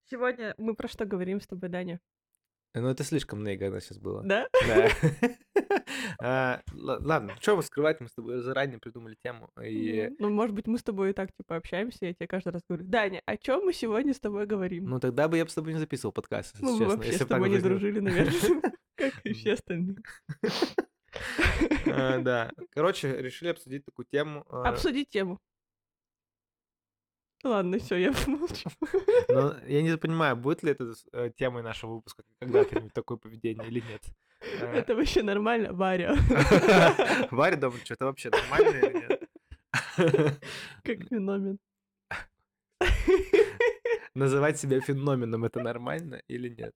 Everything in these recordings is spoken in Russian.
Сегодня мы про что говорим с тобой, Даня? Ну, это слишком наигранно сейчас было. Да? Да. Ладно, чё скрывать, мы с тобой заранее придумали тему. Ну, может быть, мы с тобой и так, типа, общаемся, я тебе каждый раз говорю: «Даня, о чем мы сегодня с тобой говорим?» Ну, тогда бы я бы с тобой не записывал подкаст, Ну, если мы честно, вообще если с бы так тобой в не жизни. дружили, наверное, как и все остальные. Да. Короче, решили обсудить такую тему. Обсудить тему. Ладно, все, я помолчу. Но я не понимаю, будет ли это темой нашего выпуска когда-то такое поведение или нет. Это вообще нормально, Варя. Варя думает, что это вообще нормально или нет. Как феномен. Называть себя феноменом — это нормально или нет?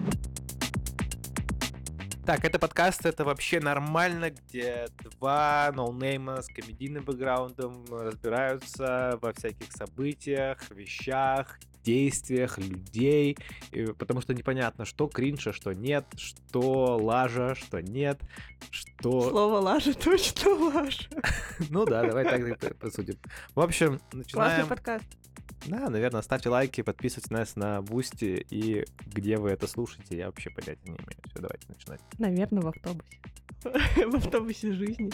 Так, это подкаст «Это вообще нормально», где два ноунейма с комедийным бэкграундом разбираются во всяких событиях, вещах, действиях людей, потому что непонятно, что кринж, а что нет, что лажа, что нет, что... Слово «лажа» точно лажа. Ну да, давай так и посудим. В общем, Классный начинаем. подкаст. Да, наверное, ставьте лайки, подписывайтесь на нас на Бусти, и где вы это слушаете, я вообще понятия не имею. Все, давайте начинать. Наверное, в автобусе. В автобусе жизни.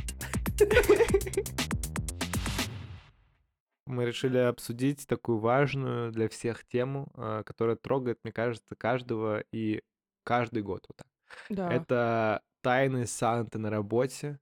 Мы решили обсудить такую важную для всех тему, которая трогает, мне кажется, каждого и каждый год вот так. Да. Это тайны Санты на работе.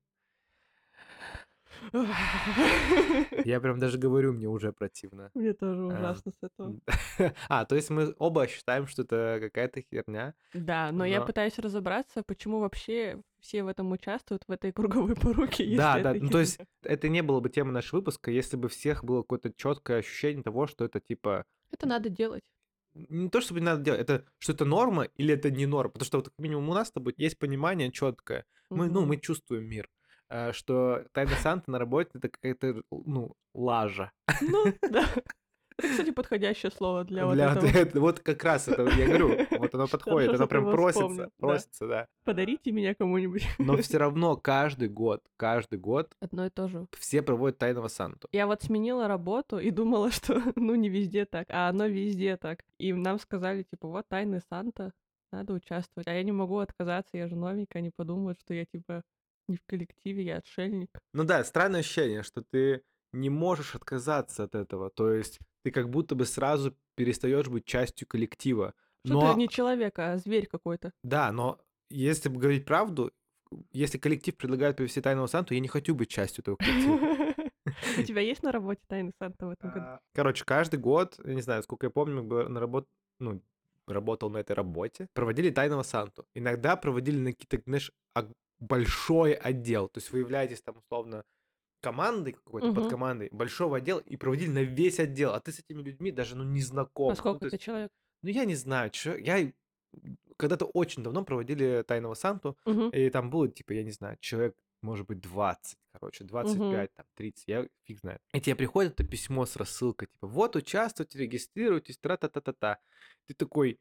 Я прям даже говорю, мне уже противно. Мне тоже ужасно с этого. То есть мы оба считаем, что это какая-то херня. Да, но я Но- пытаюсь разобраться, почему вообще все в этом участвуют, в этой круговой поруке, если Да, это да, ну то есть херня. это не было бы темой нашего выпуска, если бы у всех было какое-то четкое ощущение того, что это типа Это надо делать. не то, чтобы не надо делать, это что это норма или это не норма. Потому что вот как минимум у нас с тобой есть понимание четкое. Мы Мгм. чувствуем мир. Что тайна Санты на работе это какая-то, лажа. Ну, да. Это, кстати, подходящее слово для вот этого. Вот как раз это, я говорю, вот оно подходит, Хорошо, оно что ты прям его вспомнил, просится, да. Подарите меня кому-нибудь. Но все равно каждый год Одно и то же. все проводят тайного Санту. Я вот сменила работу и думала, что ну не везде так, а оно везде так. И нам сказали, типа, вот тайны Санта, надо участвовать. А я не могу отказаться, я же новенькая, они подумают, что я типа не в коллективе, я отшельник. Ну да, странное ощущение, что ты не можешь отказаться от этого. То есть ты как будто бы сразу перестаешь быть частью коллектива. Что ты Но, не человек, а зверь какой-то. да, но если бы говорить правду, если коллектив предлагает привести тайного Санту, я не хочу быть частью этого коллектива. У тебя есть на работе тайны Санта в этом году? Короче, каждый год, я не знаю, сколько я помню, работал на этой работе, проводили тайного Санту. Иногда проводили на какие-то, знаешь, большой отдел. То есть вы являетесь там условно командой какой-то, Мгм. подкомандой большого отдела и проводили на весь отдел, а ты с этими людьми даже, не знаком. А сколько ты человек? Я не знаю, я когда-то очень давно проводили тайного Санту, Мгм. и там было, типа, я не знаю, человек, может быть, 20, короче, Мгм. 25, там, 30, я фиг знает. И тебе приходит это письмо с рассылкой, типа, вот, участвуйте, регистрируйтесь, тра-та-та-та-та. Ты такой,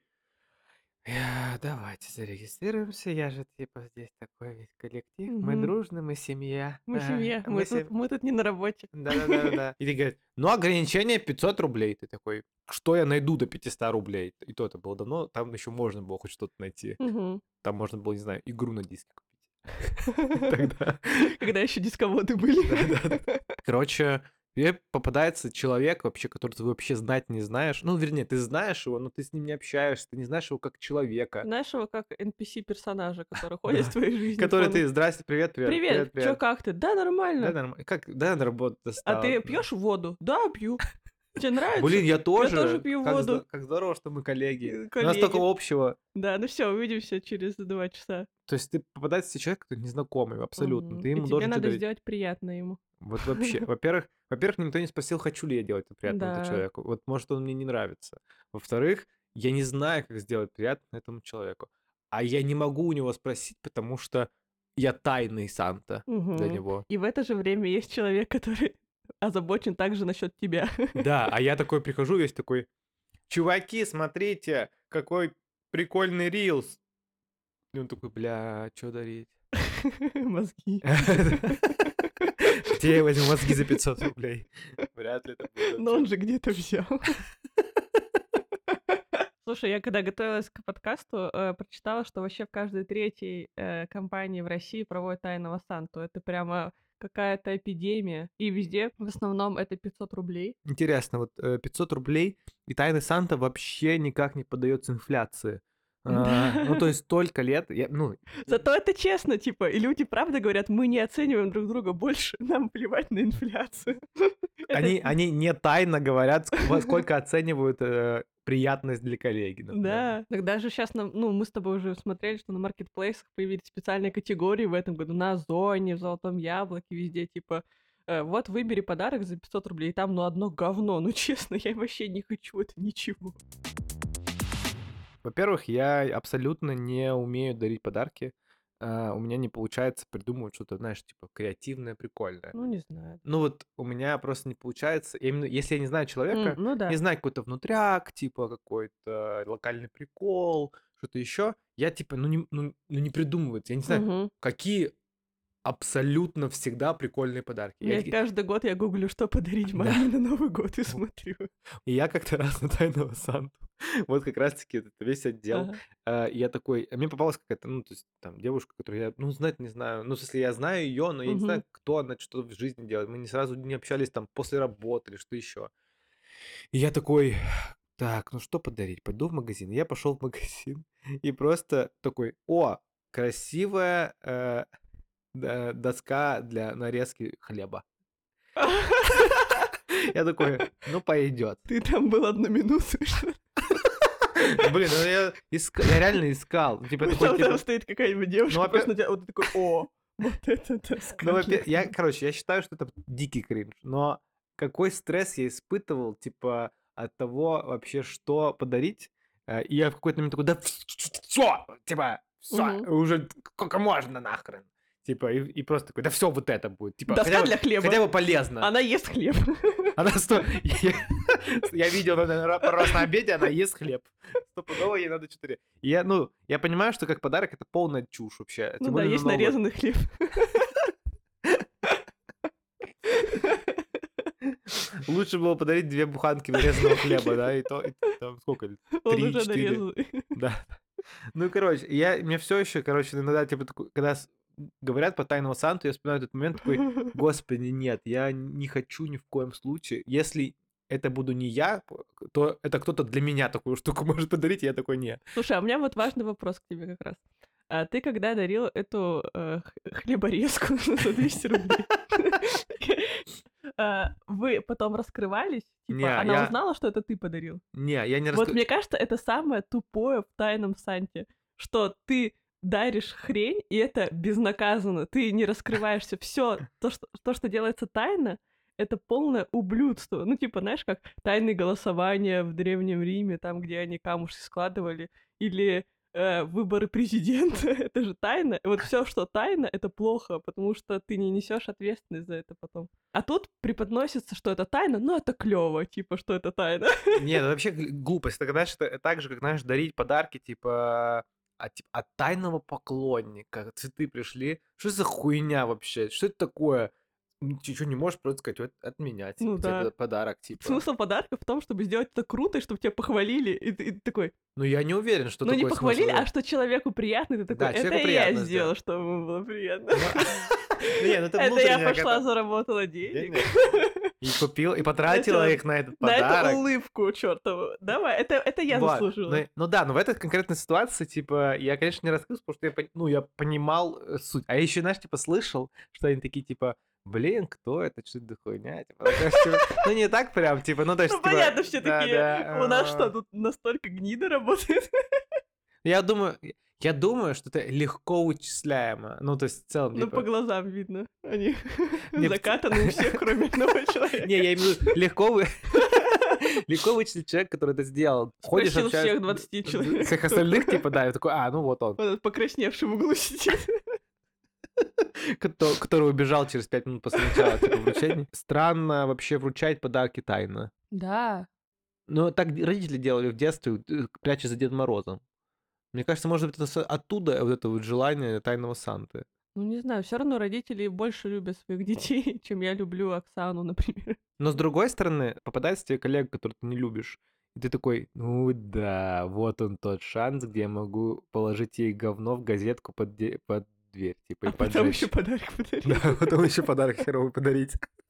давайте зарегистрируемся, я же, типа, здесь такой весь коллектив, мы Мгм. дружны, мы семья. Мы семья, Мы мы тут не на работе. Да-да-да-да. И ты говоришь, ну, ограничение 500 рублей. Ты такой, что я найду до 500 рублей? И то это было давно, там еще можно было хоть что-то найти. Мгм. Там можно было, не знаю, игру на диске купить. Тогда. Когда еще дисководы были. Да-да-да. Короче, тебе попадается человек вообще, которого ты вообще знать не знаешь. Ну, вернее, ты знаешь его, но ты с ним не общаешься, ты не знаешь его как человека. Знаешь его как NPC-персонажа, который ходит Да. в твоей жизни. Который фоном. ты, здрасте, привет, привет, Привет, привет, чё, привет. как ты? Да, Да, нормально. нормально. Да, на работу А достал. ты пьешь воду? Да, пью. Тебе нравится? Блин, я Я тоже тоже. пью воду. Как здорово, что мы коллеги. У Коллеги. нас столько общего. Да, ну все, увидимся через 2 часа. То есть ты попадается тебе человек, который незнакомый абсолютно. Мгм. Ты И ему тебе должен что надо дарить. сделать приятно ему. Вот вообще. Во-первых, никто не спросил, хочу ли я делать это приятно этому Да. человеку. Вот может он мне не нравится. Во-вторых, я не знаю, как сделать приятно этому человеку. А я не могу у него спросить, потому что я тайный Санта для Мгм. него. И в это же время есть человек, который озабочен также насчет тебя. Да, а я такой прихожу весь такой, чуваки, смотрите, какой прикольный рилс. И он такой, бля, что дарить? Мозги. Где я возьму мозги за 500 рублей? Вряд ли это будет Но вообще. он же где-то взял. Слушай, я когда готовилась к подкасту, прочитала, что вообще в каждой третьей компании в России проводят тайного Санту. Это прямо какая-то эпидемия. И везде в основном это 500 рублей. Интересно, вот 500 рублей и тайный Санта вообще никак не поддается инфляции. Ну, то есть столько лет, Зато это честно, типа, и люди правда говорят, мы не оцениваем друг друга больше, нам плевать на инфляцию. они не тайно говорят, во сколько оценивают приятность для коллеги, например. Да, тогда же сейчас, ну, мы с тобой уже смотрели, что на маркетплейсах появились специальные категории в этом году, на Озоне, в Золотом Яблоке, везде, типа, вот выбери подарок за 500 рублей, и там, ну, одно говно, ну, честно, я вообще не хочу это ничего. Во-первых, я абсолютно не умею дарить подарки. У меня не получается придумывать что-то, знаешь, типа креативное, прикольное. Ну, не знаю. Ну вот у меня просто не получается. Именно если я не знаю человека, Ну не да. знаю какой-то внутряк, типа какой-то локальный прикол, что-то еще, я типа, не придумывается. Я не знаю, Мгм. какие абсолютно всегда прикольные подарки. Я каждый год я гуглю, что подарить Да. маме на Новый год, и смотрю. И я как-то раз на Тайного Санту, вот как раз-таки этот весь отдел, Ага. и я такой, мне попалась какая-то, ну, то есть там девушка, которую я, ну, знать не знаю, ну, в смысле, я знаю ее, но я не Мгм. знаю, кто она, что в жизни делает, мы не сразу не общались там после работы или что еще. И я такой, так, ну что подарить, пойду в магазин. Я пошел в магазин и просто такой, о, красивая доска для нарезки хлеба. Я такой, ну, пойдет. Ты там был 1 минуту, что ли? Блин, ну я реально искал. Типа такой, Там типа, стоит какая-нибудь девушка, во-пе- просто на тебя, вот ты такой, о, вот это доска для я, хлеба. короче, я считаю, что это дикий кринж, но какой стресс я испытывал, типа, от того вообще, что подарить, и я в какой-то момент такой, да все, типа, все, Мгм. уже сколько можно нахрен. Типа, и просто такой, да все вот это будет. Типа, Доска для хлеба. хотя бы полезно. Она ест хлеб. Она сто... Я видел пару раз на обеде, она ест хлеб. Стопудово ей надо 4. Я понимаю, что как подарок это полная чушь вообще. Ну Тем да, более на есть Новый год. нарезанный хлеб. Лучше было подарить 2 буханки нарезанного хлеба, да, и то, там сколько? Он 3, уже 4. нарезанный. Да. Ну, короче, мне все еще, короче, иногда, типа, когда говорят про Тайного Санту, я вспоминаю этот момент такой, господи, нет, я не хочу ни в коем случае. Если это буду не я, то это кто-то для меня такую штуку может подарить, и я такой, не. Слушай, а у меня вот важный вопрос к тебе как раз. А ты когда дарил эту хлеборезку за 200 рублей, вы потом раскрывались? Не, Типа, она я, узнала, что это ты подарил? я не Вот раска... мне кажется, это самое тупое в тайном Санте, что ты даришь хрень, и это безнаказанно. Ты не раскрываешься. Все то, что делается тайно, это полное ублюдство. Ну, типа, знаешь, как тайные голосования в Древнем Риме, там, где они камушки складывали, или выборы президента. Это же тайна. И вот все, что тайна, это плохо, потому что ты не несешь ответственность за это потом. А тут преподносится, что это тайна, но это клево, типа, что это тайна. Не, ну вообще глупость. Это, знаешь, это так же, как, знаешь, дарить подарки, типа, от тайного поклонника. Цветы пришли. Что за хуйня вообще? Что это такое? Ты что, не можешь просто сказать, вот от меня, типа, Ну тебе да. подарок, типа. Смысл подарка в том, чтобы сделать это круто, и чтобы тебя похвалили. И ты такой, Ну, я не уверен, что ну не такой смысл. похвалили, а что человеку приятно, и ты такой, Да, это человеку я приятно сделал, сделать. чтобы ему было приятно. Ну, не, ну это Это я внутренняя пошла, какая-то... заработала денег. И купил, и потратила Знаете, их на этот на эту подарок. улыбку чертову. Давай, это я Вот. заслужила. Ну да, но в этой конкретной ситуации, типа, я, конечно, не раскрылся, потому что я понимал суть. А я еще, знаешь, типа, слышал, что они такие, типа, блин, кто это, что это за хуйня? Типа, ну, конечно, типа, ну, не так прям, типа, ну, то есть, Ну типа, понятно, все да, такие, да, у нас что, тут настолько гнида работает? я думаю, что это легко вычисляемо. Ну, то есть, в целом, Ну по типа... глазам видно. Они Не, закатаны у всех, кроме одного человека. Не, я имею в виду, легко вычислить человека, который это сделал. Ходишь, Спросил общаешься всех 20 человек. всех остальных, типа, да, и такой, ну вот он, Он покрасневший в углу сидит. который убежал через 5 минут после начала, типа, вручения. Странно вообще вручать подарки тайно. Да. Но так родители делали в детстве, прячась за Дедом Морозом. Мне кажется, может быть, это оттуда вот это вот желание тайного Санты. Ну, не знаю, все равно родители больше любят своих детей, чем я люблю Оксану, например. Но с другой стороны, попадается тебе коллега, которого ты не любишь, И ты такой, ну да, вот он тот шанс, где я могу положить ей говно в газетку под дверь, типа, и А потом еще поджечь. подарок Да, подарить. потом еще подарок херовый подарить.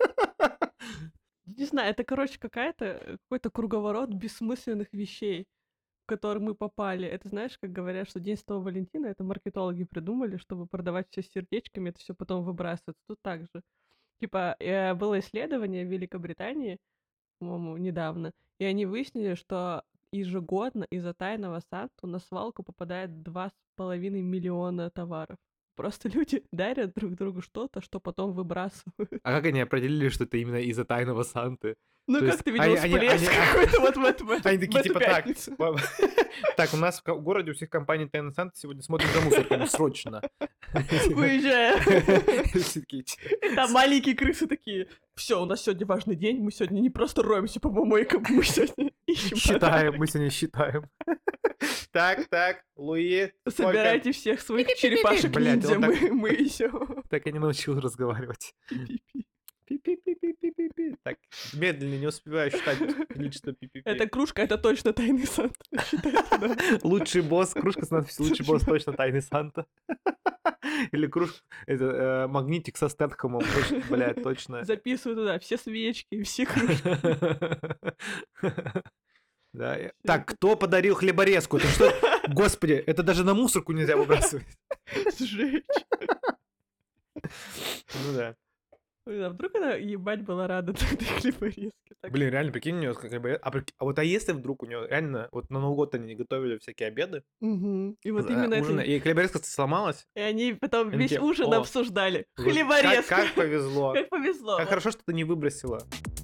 Не знаю, это, короче, какой-то круговорот бессмысленных вещей, в который мы попали. Это знаешь, как говорят, что День Святого Валентина — это маркетологи придумали, чтобы продавать все сердечками, это все потом выбрасывается. Тут так же. Типа, было исследование в Великобритании, по-моему, недавно, и они выяснили, что ежегодно из-за тайного Санту на свалку попадает 2,5 миллиона товаров. Просто люди дарят друг другу что-то, что потом выбрасывают. А как они определили, что это именно из-за тайного Санты? Ну, То как есть ты видел всплеск какой-то вот они в такие, эту типа, так, пятницу. так, у нас в городе у всех компаний Тайный Санта сегодня смотрят за мусорками, срочно. Выезжаем. Все такие, И там маленькие крысы такие. Все, у нас сегодня важный день, мы сегодня не просто роемся по помойкам, мы сегодня ищем считаем, мы подарок. сегодня считаем. Так, Луи, сколько? Собирайте всех своих черепашек Блядь, ниндзя, он так- мы идем. Так я не научил разговаривать. Пи-пи-пи-пи-пи-пи. Так, медленно, не успеваю считать количество пи-пи-пи. Эта кружка — это точно тайный Санта. Считайте, да. Лучший босс, кружка с надписью «Лучший босс точно Тайный Санта». Или кружка, это магнитик со Стэтхэмом, точно, блядь, точно. Записываю туда все свечки, все кружки. Да, так, кто подарил хлеборезку? Это что? Господи, это даже на мусорку нельзя выбрасывать. Сжечь. Ну да. Ой, а вдруг она, ебать, была рада этой хлеборезке. Так. Блин, реально, прикинь, у нее а если вдруг у нее реально, вот на Новый год они готовили всякие обеды, Мгм. И вот именно ужины, это. и хлеборезка сломалась, И они потом они весь такие, ужин «О, обсуждали. вот Хлеборезка. как повезло. Как повезло. Как Вот. хорошо, что ты не выбросила.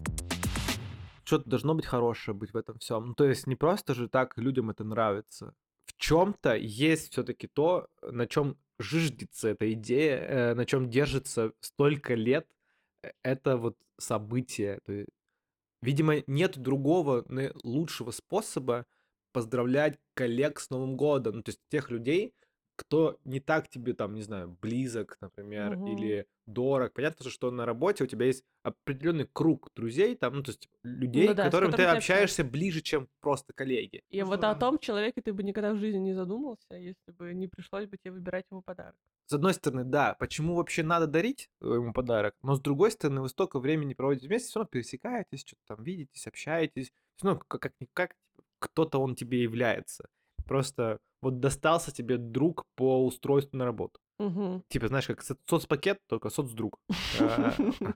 Что-то должно быть хорошее быть в этом всем. Ну, то есть не просто же так людям это нравится. В чем-то есть все-таки то, на чем жиждется эта идея, на чем держится столько лет это вот событие. То есть, видимо, нет другого лучшего способа поздравлять коллег с Новым годом. Ну, то есть тех людей, кто не так тебе там, не знаю, близок, например, Мгм. или дорог. Понятно же, что на работе у тебя есть определенный круг друзей, там, ну, то есть Ну людей, с да, с которыми ты которыми ты общаешься ближе, чем просто коллеги. И вот о том человеке ты бы никогда в жизни не задумался, если бы не пришлось бы тебе выбирать ему подарок. С одной стороны, да, почему вообще надо дарить ему подарок, но с другой стороны, вы столько времени проводите вместе, все равно пересекаетесь, что-то там видитесь, общаетесь, все равно как кто-то он тебе является. Просто вот достался тебе друг по устройству на работу. Мгм. Типа, знаешь, как соцпакет, только соцдруг. А,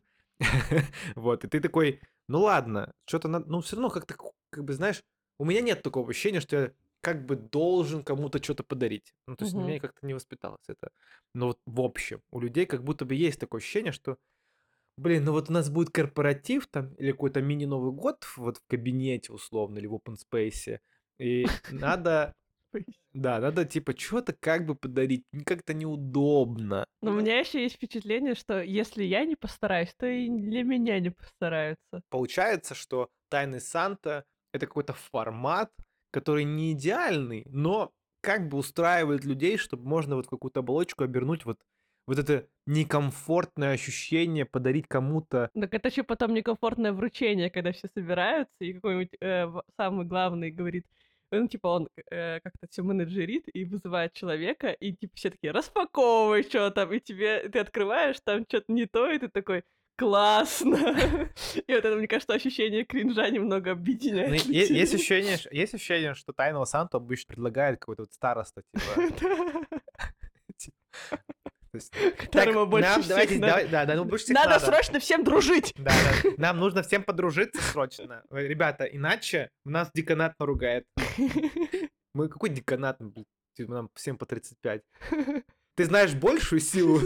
Вот, и ты такой, ну ладно, что-то надо, ну все равно как-то, как бы, знаешь, у меня нет такого ощущения, что я как бы должен кому-то что-то подарить. Ну, то есть у Мгм. меня как-то не воспиталось это. Но вот в общем, у людей как будто бы есть такое ощущение, что, блин, ну вот у нас будет корпоратив там или какой-то мини-Новый год вот в кабинете условно или в open space, и надо, да, надо типа что-то как бы подарить, как-то неудобно. Но у меня еще есть впечатление, что если я не постараюсь, то и для меня не постараются. Получается, что Тайный Санта — это какой-то формат, который не идеальный, но как бы устраивает людей, чтобы можно вот в какую-то оболочку обернуть вот это некомфортное ощущение подарить кому-то. Так это еще потом некомфортное вручение, когда все собираются, и какой-нибудь самый главный говорит, ну, типа, он как-то все менеджерит и вызывает человека, и типа все такие, распаковывай, что там, и ты открываешь, там что-то не то, и ты такой, классно. И вот это, мне кажется, ощущение кринжа немного Ну, объединяет есть людей. ощущение, что Тайного Санту обычно предлагает какой-то вот староста, типа. То есть, Которому так, больше нам всех давайте, надо. да, ну больше всех Надо надо. срочно всем дружить! Да, нам нужно всем подружиться срочно. Ребята, иначе нас деканат наругает. Мы какой деканат? Блин, типа, нам всем по 35. Ты знаешь большую силу?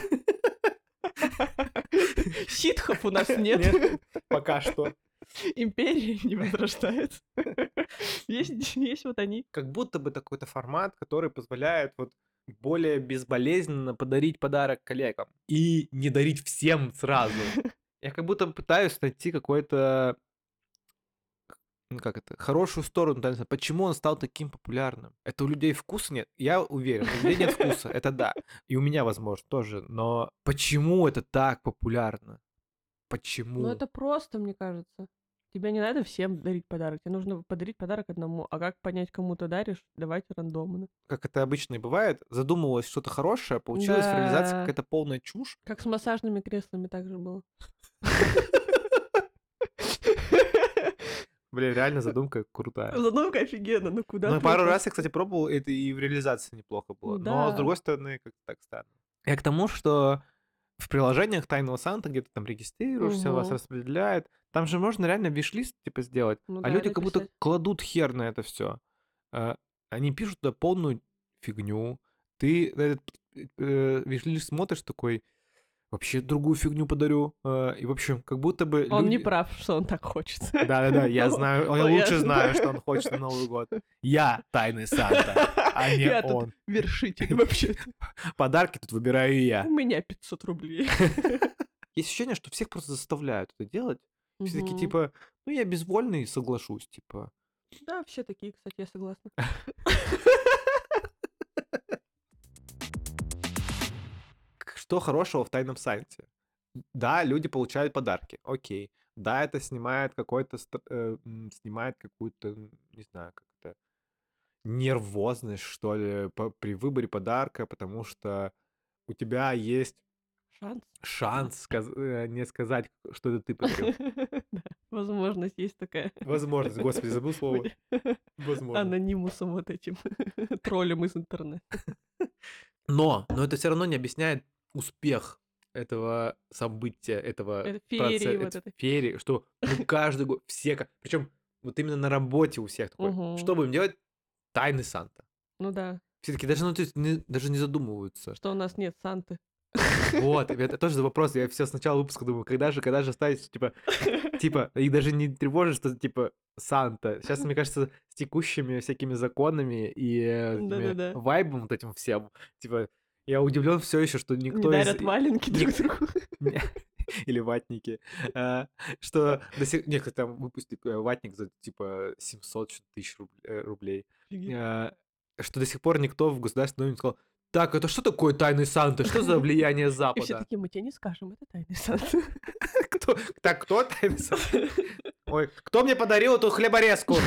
Ситхов у нас нет. Нет, пока что. Империя не возрождается. Есть вот они. Как будто бы такой-то формат, который позволяет вот более безболезненно подарить подарок коллегам. И не дарить всем сразу. Я как будто пытаюсь найти какой-то, ну как это, хорошую сторону танца. Почему он стал таким популярным? Это у людей вкуса нет? Я уверен, у людей нет вкуса, это да. И у меня, возможно, тоже. Но почему это так популярно? Ну, Почему? это просто, мне кажется. Тебе не надо всем дарить подарок, тебе нужно подарить подарок одному. А как понять, кому ты даришь? Давайте рандомно. Как это обычно и бывает, задумывалось что-то хорошее, получилось в реализации Да, какая-то полная чушь. как с массажными креслами так же было. Блин, реально задумка крутая. Задумка офигенно, ну куда Ну, ты пару вот раз так- я, кстати, пробовал, это и в реализации неплохо было. Ну Но, с да. другой стороны, как-то так странно. Я к тому, что в приложениях Тайного Санта, где ты там регистрируешься, вас Мгм. распределяет, там же можно реально виш-лист, типа, сделать, Ну а да, люди как будто написать. кладут хер на это все. Они пишут туда полную фигню. Ты на этот виш-лист смотришь такой, вообще другую фигню подарю. И, в общем, как будто бы Он не люди... прав, что он так хочет. Да-да-да, я знаю, я О, лучше я знаю, что знаю. он хочет на Новый год. Я тайный Санта, а не Я тут он. вершитель вообще. Подарки тут выбираю У я. меня 500 рублей. Есть ощущение, что всех просто заставляют это делать. Все такие, Мгм. типа, ну я безвольный, соглашусь, типа. Да, все такие, кстати, я согласна. Что хорошего в Тайном Санте? Да, люди получают подарки, окей. Да, это снимает снимает какую-то, не знаю, как-то нервозность, что ли, при выборе подарка, потому что у тебя есть Шанс. шанс не сказать, что это ты подарил. Да, возможность есть такая. Возможность, господи, забыл слово. Быть Возможно. анонимусом вот этим, троллем из интернета. Но это все равно не объясняет успех этого события, этого Это феерии процесса, вот этой. феерии, что ну каждый год все, причем вот именно на работе у всех такой, Мгм. что будем делать? Тайный Санта. Ну да, Все таки даже, ну, то есть даже не задумываются. что у нас нет Санты. Вот, это тоже вопрос. Я все с начала выпуска думаю, когда же ставить, типа, и даже не тревожит, что, типа, Санта. Сейчас, мне кажется, с текущими всякими законами и этими Да-да-да. вайбом вот этим всем, типа, я удивлен все еще, что Не никто из... дарят валенки друг другу. Не, или ватники, что до сих... Нет, там выпустили ватник за, типа, 700 что-то тысяч рублей. Офигеть. Что до сих пор никто в Государственной Думе не сказал, так, это что такое тайный Санта? Что за влияние И все Запада? такие, мы тебе не скажем, это тайный Санта. Кто тайный Санта? Ой, кто мне подарил эту хлеборезку?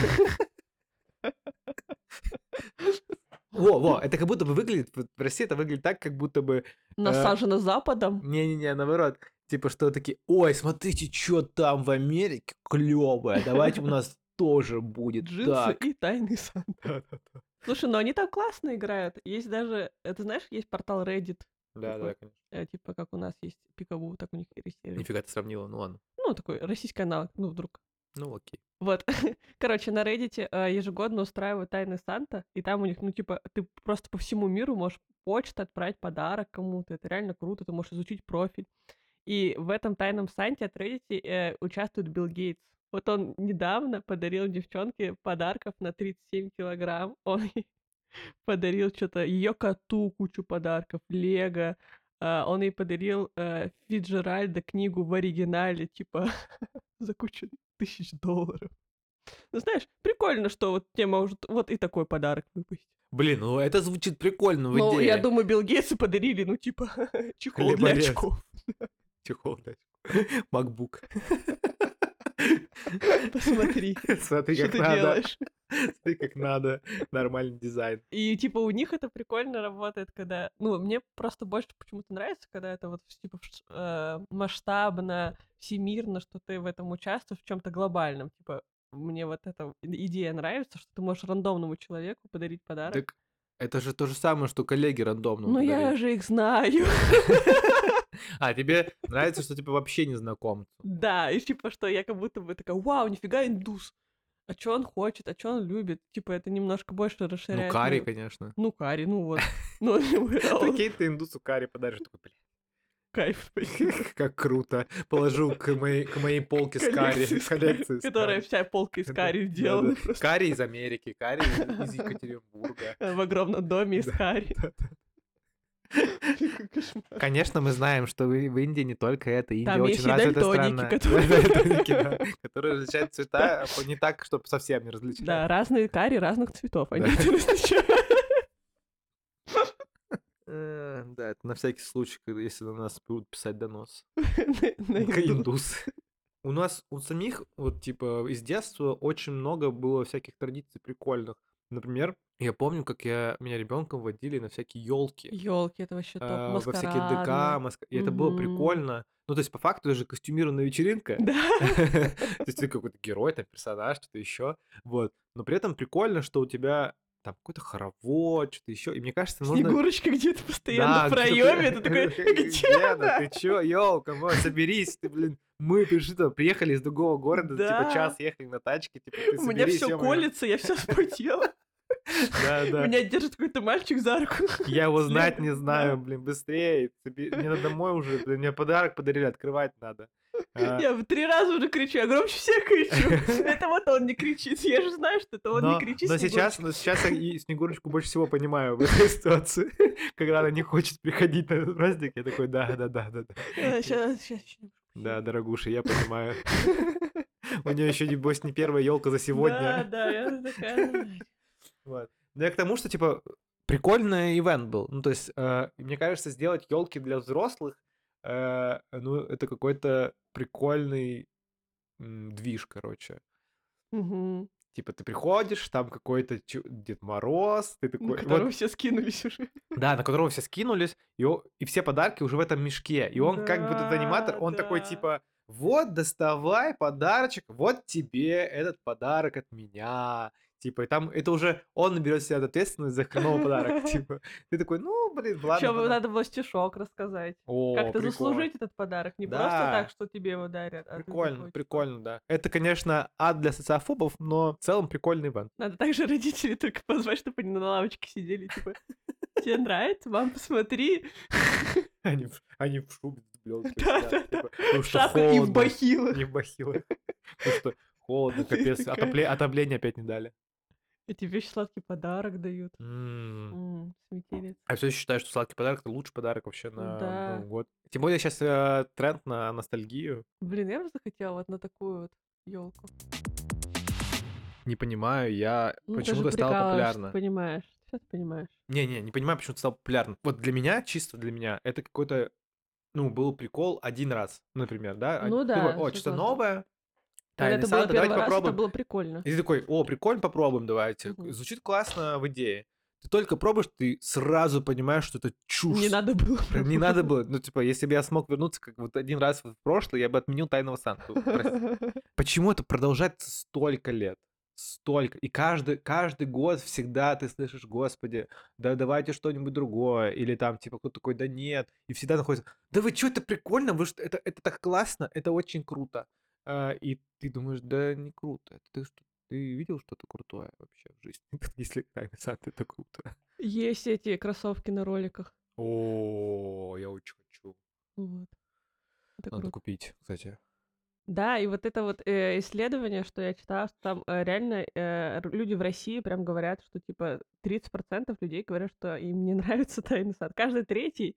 Во, это как будто бы выглядит, в России это выглядит так, как будто бы... Насажено Западом. Не-не-не, наоборот. Типа, что такие, ой, смотрите, что там в Америке клевое, давайте у нас тоже будет Джинсы так. и тайный Санта. Да-да-да. Слушай, ну они так классно играют. Есть даже, это знаешь, есть портал Reddit. Да, такой, конечно. типа как у нас есть Пикабу, так у них и Россия. Нифига ты сравнила, ну ладно. Ну, такой российский аналог, ну, вдруг. Ну окей. Вот. Короче, на Reddit ежегодно устраивают тайный Санта, и там у них, ну, типа, ты просто по всему миру можешь почтой отправить подарок кому-то. Это реально круто, ты можешь изучить профиль. И в этом тайном Санте от Reddit участвует Билл Гейтс. Вот он недавно подарил девчонке подарков на 37 килограмм. Он ей подарил что-то ее коту кучу подарков, Лего. Он ей подарил Фиджеральда книгу в оригинале, типа, за кучу $1000. Ну, знаешь, прикольно, что вот тебе может вот и такой подарок выпустить. Блин, ну это звучит прикольно в Ну, я идее. думаю, Билл Гейтсу подарили, ну, типа, чехол для Хлеборез. очков. Чехол, да. MacBook. Посмотри, Смотри, что как ты надо. делаешь. Смотри, как надо. Нормальный дизайн. И, типа, у них это прикольно работает, когда... Ну, мне просто больше почему-то нравится, когда это вот, типа, масштабно, всемирно, что ты в этом участвуешь, в чем то глобальном. Типа, мне вот эта идея нравится, что ты можешь рандомному человеку подарить подарок. Так это же то же самое, что коллеги рандомно Ну, я подарили. же их знаю. А, тебе нравится, что типа вообще незнакомцу? Да, и типа, что я как будто бы такая, вау, нифига индус. А чё он хочет, а чё он любит? Типа, это немножко больше Ну, расширяет карри, мою- конечно. Ну, карри, ну вот. Ну, Прикинь, ты индусу карри подаришь, такой, блин, кайф, спасибо. как круто. Положу к моей полке с карри. Коллекции с Коллекции с Которая карри. вся полка из Да, карри да, сделана да. просто Карри из Америки, карри из Екатеринбурга. в огромном доме из Да, карри. да, да. Какой кошмар. Конечно, мы знаем, что в Индии не только это. Индия Там очень есть и развитая дальтоники, страна. которые- Дальтоники, да, которые различают цвета не так, чтобы совсем не различать. Да, разные карри разных цветов. Они Да. это различают. Да, это на всякий случай, если на нас будут писать донос. На индус. Индус. У нас у самих, вот, типа, из детства очень много было всяких традиций прикольных. Например, я помню, как меня ребенком водили на всякие елки, Ёлки — это вообще топ. во всякие ДК, Маскарадные. и это было Мгм. прикольно. Ну, то есть, по факту, это же костюмированная вечеринка. Да. То есть ты какой-то герой, там, персонаж, что-то еще. Вот. Но при этом прикольно, что у тебя там какой-то хоровод, что-то еще. И мне кажется, нужно Снегурочка где-то постоянно в да, где-то проеме. Ты такой: "Где где она? она?" Ты чё, ёлка, соберись, ты, блин. Мы пришли туда, приехали из другого города, типа Да. час ехали на тачке, типа ты У меня соберись, все ё-моё. колется, я вся вспотела. Да-да. Меня держит какой-то мальчик за руку. Я его знать не Следует, знаю, да. блин, быстрее. Мне надо домой уже, блин, мне подарок подарили, открывать надо. А, Я в 3 раза уже кричу, я громче всех кричу. Это вот он не кричит. Я же знаю, что это он не кричит, но Снегурочка. сейчас я и Снегурочку больше всего понимаю в этой ситуации. Когда она не хочет приходить на этот праздник, я такой: да-да-да-да-да. Сейчас. Да, дорогуша, я понимаю. У нее еще, небось, не первая елка за Да, сегодня. да, я такая: «Ай». Вот. Но я к тому, что, типа, прикольный ивент был. Ну, то есть, мне кажется, сделать елки для взрослых, ну, это какой-то прикольный движ, короче. Мгм. Типа, ты приходишь, там какой-то Дед Мороз, ты На такой, которого вот, все скинулись уже. да, на которого все скинулись, и все подарки уже в этом мешке. И он, как бы, этот аниматор, Да, он такой, да. типа, вот, доставай подарочек, вот тебе этот подарок от меня. Типа, и там это уже он берет себе ответственность за хреновый подарок. Типа, ты такой, ну, блин, ладно, Еще подарок. надо было стишок рассказать. О, Как-то прикольно. заслужить этот подарок. Не просто так, Да, что тебе его дарят, а ты прикольно, такой, типа. прикольно, да. Это, конечно, ад для социофобов, но в целом прикольный ивент. Надо также родителей только позвать, чтобы они на лавочке сидели, типа: "Тебе нравится? Мам, посмотри". Они в шубе с блёсткой сидят, Да-да-да. типа, потому В что шапках и в холодно, бахилах. не в бахилах, потому что холодно, Ты капец, такая: отопления опять не дали. "А тебе ещё сладкий подарок дают". М. Сметелец. А всё ещё считаю, что сладкий подарок — это лучший подарок вообще на Да. Новый год. Тем более щас, тренд на ностальгию. Блин, я бы захотела вот на такую вот елку. Не понимаю я, Ну, ты же почему-то стало прикалываешься, ты популярно. понимаешь. Всё ты понимаешь. Не понимаю, почему это стало популярно. Вот для меня, чисто для меня, это какой-то, ну, был прикол один раз, например, да. Ну Ты такой: да, "О, что-то согласна. новое, Когда Тайный это было Санта, давайте первый раз, это попробуем". было прикольно. И ты такой: "О, прикольно, попробуем, давайте". Мгм. Звучит классно в идее. Ты только пробуешь, ты сразу понимаешь, что это Не чушь. надо было Не надо пробовать. было. Ну, типа, если бы я смог вернуться как вот один раз в прошлое, я бы отменил Тайного Санту. Почему это продолжается столько лет? Столько. И каждый год всегда ты слышишь: "Господи, да давайте что-нибудь другое". Или там, типа, кто-то такой: "Да нет". И всегда находится: "Да вы чё, это прикольно, вы что, это так классно, это очень круто". И ты думаешь: "Да не круто. Это ты что, ты видел что-то крутое вообще в жизни, если Тайный Санта — это круто?" Есть эти кроссовки на роликах. О, я очень хочу. Вот. Это Надо круто. купить, кстати. Да, и вот это вот, исследование, что я читала, что там, реально, люди в России прям говорят, что, типа, 30% людей говорят, что им не нравится "Тайный сад". Каждый третий.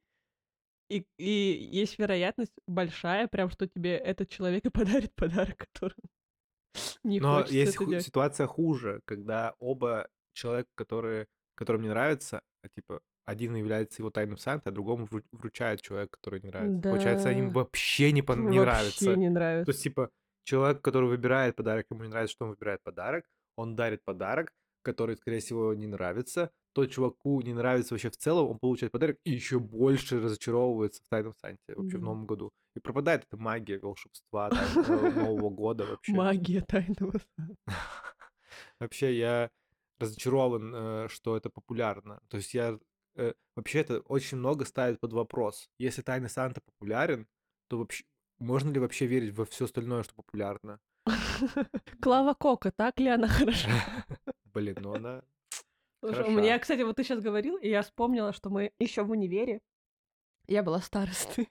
И есть вероятность большая, прям, что тебе этот человек и подарит подарок, который не Но хочется есть это делать. ситуация хуже, когда оба человека, которым не нравится, типа, один является его тайным Сантой, а другому вручает человек, который не нравится. Получается, им Да, вообще не вообще нравится. не То есть, нравится. типа, человек, который выбирает подарок, ему не нравится, что он выбирает подарок, он дарит подарок, который, скорее всего, не нравится. Тот чуваку не нравится вообще в целом, он получает подарок и еще больше разочаровывается в Тайном Санте вообще в Да. Новом году. И пропадает эта магия волшебства Нового года вообще. Магия "Тайного сада". Вообще, я разочарован, что это популярно. То есть вообще это очень много ставит под вопрос. Если "Тайный Санта" популярен, то вообще можно ли вообще верить во все остальное, что популярно? Клава Кока, так ли она хороша? Блин, ну она Слушай, у меня, хороша. кстати, вот ты сейчас говорил, и я вспомнила, что мы еще в универе, я была старостой,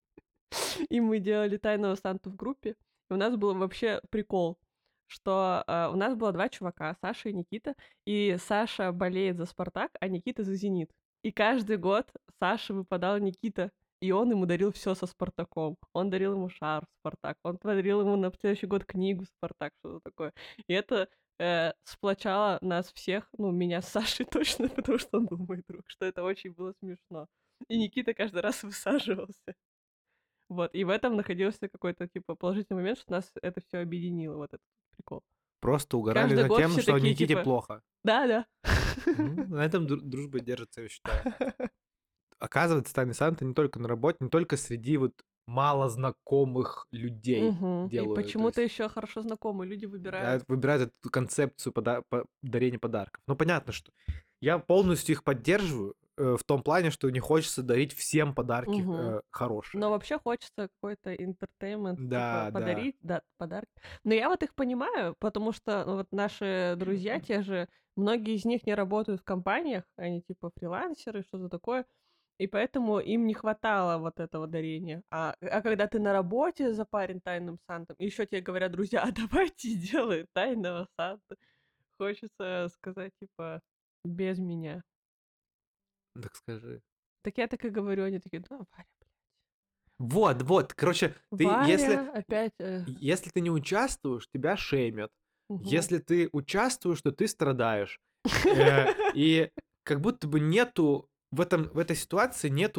и мы делали "Тайного Санту" в группе. И у нас был вообще прикол, что, у нас было 2 чувака, Саша и Никита, и Саша болеет за "Спартак", а Никита за "Зенит". И каждый год Саше выпадал Никита, и он ему дарил все со "Спартаком". Он дарил ему шарф "Спартак", он подарил ему на следующий год книгу "Спартак", что-то такое. И это, сплочало нас всех, ну, меня с Сашей точно, потому что он был мой друг, что это очень было смешно. И Никита каждый раз высаживался. Вот, и в этом находился какой-то, типа, положительный момент, что нас это все объединило, вот этот прикол. Просто угорали Каждый над год тем, все что такие, Никите типа: плохо. "Да-да". Ну, на этом дружба держится, я считаю. Оказывается, тайный Санта не только на работе, не только среди вот малознакомых людей Мгм. И делают. То почему-то есть еще хорошо знакомые люди выбирают. да, выбирают эту концепцию дарения подарков. Ну, понятно, что я полностью их поддерживаю в том плане, что не хочется дарить всем подарки Мгм. Но хорошие. вообще хочется какой-то entertainment, типа, Да, да. подарить, да, подарки. Но я вот их понимаю, потому что, ну, вот наши друзья те же, многие из них не работают в компаниях, они типа фрилансеры, что-то такое, и поэтому им не хватало вот этого дарения. А когда ты на работе запарен тайным Сантом, и еще тебе говорят друзья: "А давайте сделаем тайного Санту". Хочется сказать, типа: "Без меня". Так скажи. Так я так и говорю, они такие: "Да, Варя, Вот, вот, короче, ты, если, Варя опять, если ты не участвуешь, тебя шеймят. мгм, Если ты участвуешь, то ты страдаешь. И как будто бы нету в этой ситуации нету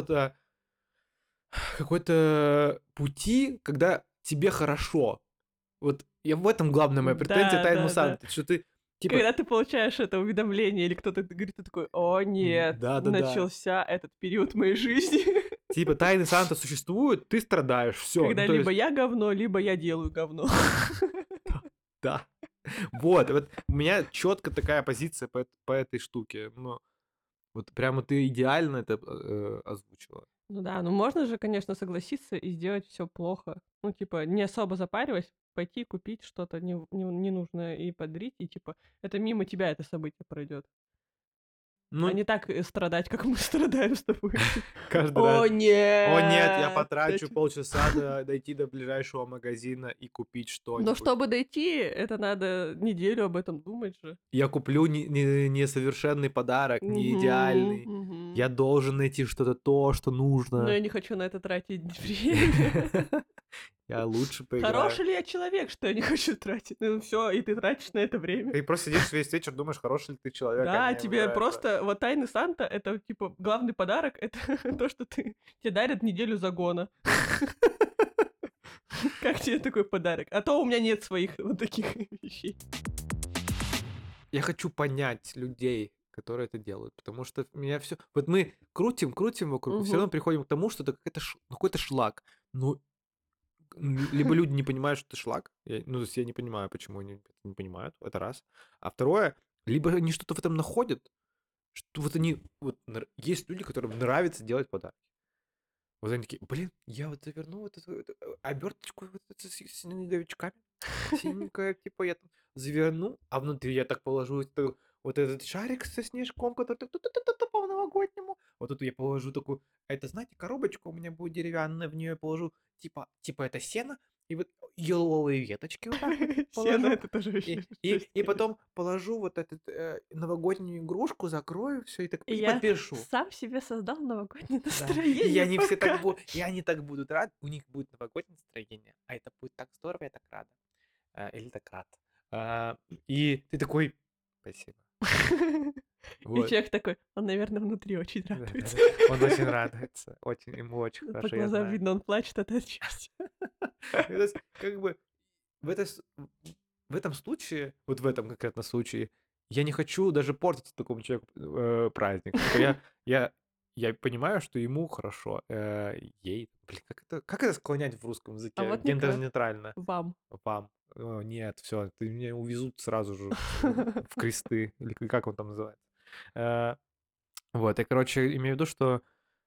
какой-то пути, когда тебе хорошо. Вот я в этом главная моя претензия Да, Тайному да, да. Санту, что ты типа Когда ты получаешь это уведомление или кто-то говорит, ты такой: "О нет, да-да-да. начался этот период моей жизни, Типа Тайный Санта существует, ты страдаешь, все. Ну когда то либо есть, я говно, либо я делаю говно". да. Вот у меня четко такая позиция по этой штуке. Ну, вот прямо ты идеально это озвучила. Ну да, ну можно же, конечно, согласиться и сделать все плохо. Ну, типа, не особо запариваясь, пойти купить что-то ненужное и подарить, и типа это мимо тебя это событие пройдет. А Ну, не так, страдать, как мы страдаем с тобой. Типа: каждый раз. "О О нет, я нет!" потрачу полчаса дойти до ближайшего магазина и купить Но что-нибудь. чтобы дойти, это надо неделю об этом думать же. Я куплю несовершенный подарок, не Мгм, идеальный. мгм. Я должен найти что-то то, что Но нужно. я не хочу на это тратить время. Я лучше поиграю. Хороший ли я человек, что я не хочу тратить? Ну всё, и ты тратишь на это время. Ты просто сидишь весь вечер, думаешь, хороший ли ты человек, а Да, не тебе выбирается. просто вот "Тайный Санта" — это, типа, главный подарок — это то, что тебе дарят неделю загона. Как тебе такой подарок? А то у меня нет своих вот таких вещей. Я хочу понять людей, которые это делают, потому что меня все. Вот мы крутим вокруг, и все Мгм. равно приходим к тому, что это какой-то шлак. Ну, либо люди не понимают, что это шлак. Ну, то есть я не понимаю, почему они это не понимают, это раз. А второе, либо они что-то в этом находят, что вот они вот есть люди, которым нравится делать подарки. Вот они такие: "Блин, я вот заверну вот эту оберточку вот эту с снеговичками, синенькая, типа я там заверну, а внутри я так положу вот этот шарик со снежком, который так ту-ту-ту-ту по-новогоднему. Вот тут я положу такую, это, знаете, коробочка у меня будет деревянная, в нее я положу типа это сено, и вот еловые веточки вот так вот Сено — положу, это тоже вообще и жесть, и конечно. потом положу вот этот, новогоднюю игрушку, закрою все и так И и я подпишу". сам себе создал новогоднее Да, настроение пока. и они так будут рады, у них будет новогоднее настроение, а это будет так здорово, я так рада, или так рад. А, и ты такой: "Спасибо". И Вот. человек такой: "Он, наверно, внутри очень радуется". Да-да-да. Он очень радуется, очень, ему очень По хорошо, я глазам знаю. видно, он плачет от счастья. И то есть, как бы в этой с в этом случае, вот в этом конкретно случае, я не хочу даже портить такому человеку, праздник. Типа я я понимаю, что ему хорошо, ей, блин, как это склонять в русском А языке вот никак. гендерно-нейтрально? Вам. Вам. О, нет, все, ты меня увезут сразу же в кресты, или как он там называется. Э, вот, я, короче, имею в виду, что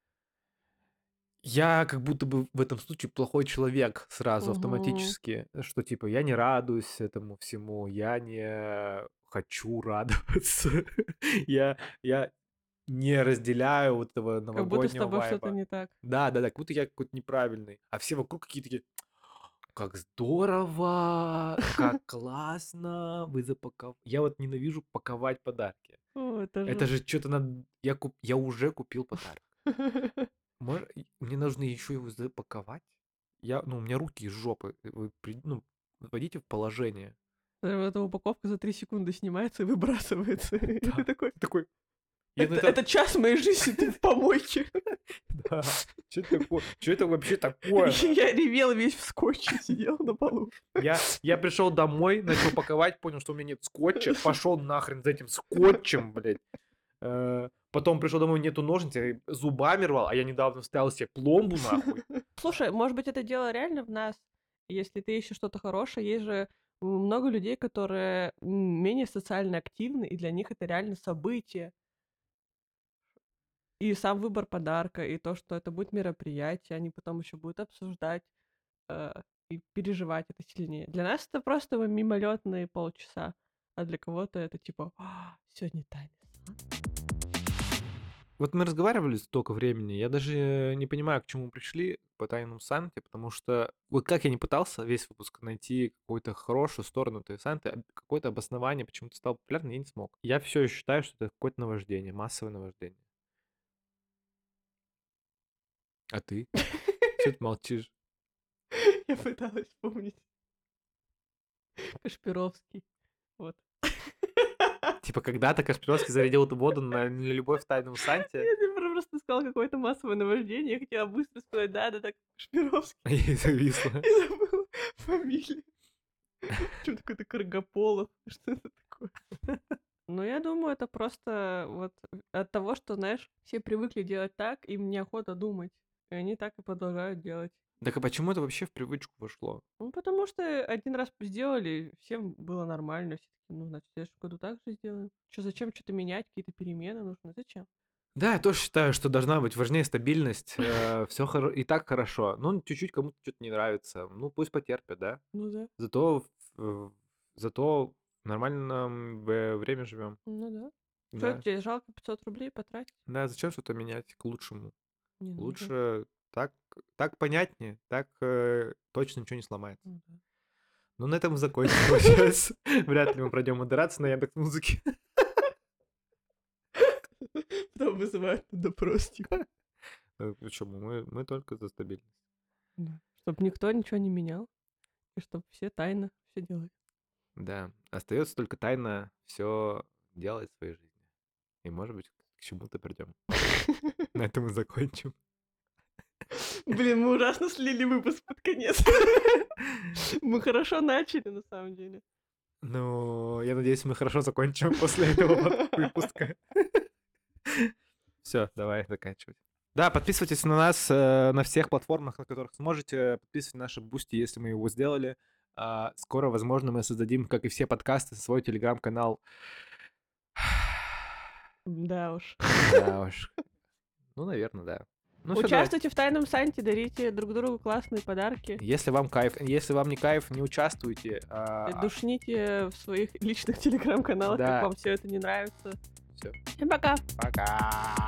я как будто бы в этом случае плохой человек сразу Мгм. автоматически, что типа я не радуюсь этому всему, я не хочу радоваться, я не разделяю вот этого Как будто с новогоднего тобой что-то вайба. не так. Да-да-да, как будто я какой-то неправильный, а все вокруг какие-то такие: "Как здорово, как классно, вы запаковали". Я вот ненавижу паковать подарки. О, это Это жуть. же что то надо я уже купил подарок. Мне нужно еще его запаковать? У меня руки из жопы. Вы вводите в положение. Эта упаковка за 3 секунды снимается и выбрасывается. И ты Да. такой: Ты такой: Это час моей жизни, ты в помойке. Да. Что это такое? Что это вообще такое? Я ревел весь в скотче, сидел на полу. Я пришел домой, начал паковать, понял, что у меня нет скотча, пошел нахрен за этим скотчем, блядь. Потом пришел домой, нету ножниц, я зубами рвал, а я недавно вставил себе пломбу, нахуй. Слушай, может быть, это дело реально в нас. Если ты ищешь что-то хорошее, есть же много людей, которые менее социально активны, и для них это реально событие. И сам выбор подарка, и то, что это будет мероприятие, они потом еще будут обсуждать и переживать это сильнее. Для нас это просто мимолетные полчаса, а для кого-то это типа сегодня тайный Санта. Вот мы разговаривали столько времени, я даже не понимаю, к чему мы пришли по Тайному Санте, потому что вот как я не пытался весь выпуск найти какую-то хорошую сторону Тайного Санты, какое-то обоснование, почему ты стал популярным, я не смог. Я все еще считаю, что это какое-то наваждение, массовое наваждение. А ты? Что ты молчишь? Я пыталась вспомнить. Кашпировский. Вот. Типа когда-то Кашпировский зарядил эту воду на любовь к Тайному Санте? Я тебе просто сказал какое-то массовое наваждение. Я хотела быстро сказать, да, Кашпировский. А я и зависла. И забыла фамилию. Что такое-то Каргополов? Что это такое? Ну, я думаю, это просто вот от того, что, знаешь, все привыкли делать так, им неохота думать. И они так и продолжают делать. Так а почему это вообще в привычку вошло? Ну, потому что один раз сделали, всем было нормально. Все таки, ну, значит, в следующем году так же сделаем. Зачем что-то менять, какие-то перемены нужны? Зачем? Да, я тоже считаю, что должна быть важнее стабильность. Все и так хорошо. Ну, чуть-чуть кому-то что-то не нравится. Ну, пусть потерпят, да. Ну да, Зато в нормальном время живем. ну да. Что Да. тебе жалко 500 рублей потратить? Да, зачем что-то менять к лучшему? Не нужно. Лучше так понятнее, так точно ничего не сломается. Ну да. Ну, на этом закончим сейчас. Вряд ли мы пройдем модерацию на Яндекс.Музыке. Потом вызывают на допрос, типа. Почему? Мы только за стабильность. Да. Чтоб никто ничего не менял. И чтоб все тайно все делали. Да, остается только тайно все делать в своей жизни. И, может быть, к чему-то придем. На этом мы закончим. Блин, мы ужасно слили выпуск под конец. Мы хорошо начали, на самом деле. Ну, я надеюсь, мы хорошо закончим после этого выпуска. Все, давай заканчивать. Да, подписывайтесь на нас на всех платформах, на которых сможете. Подписывайтесь на наши бусти, если мы его сделали. Скоро, возможно, мы создадим, как и все подкасты, свой телеграм-канал. Да уж. Да уж. Ну, наверное, да. Ну, всё, давайте. Участвуйте в Тайном Санте, дарите друг другу классные подарки. Если вам кайф, если вам не кайф, не участвуйте. Душните в своих личных телеграм-каналах, Да. как вам все это не нравится. Все. Всем пока! Пока.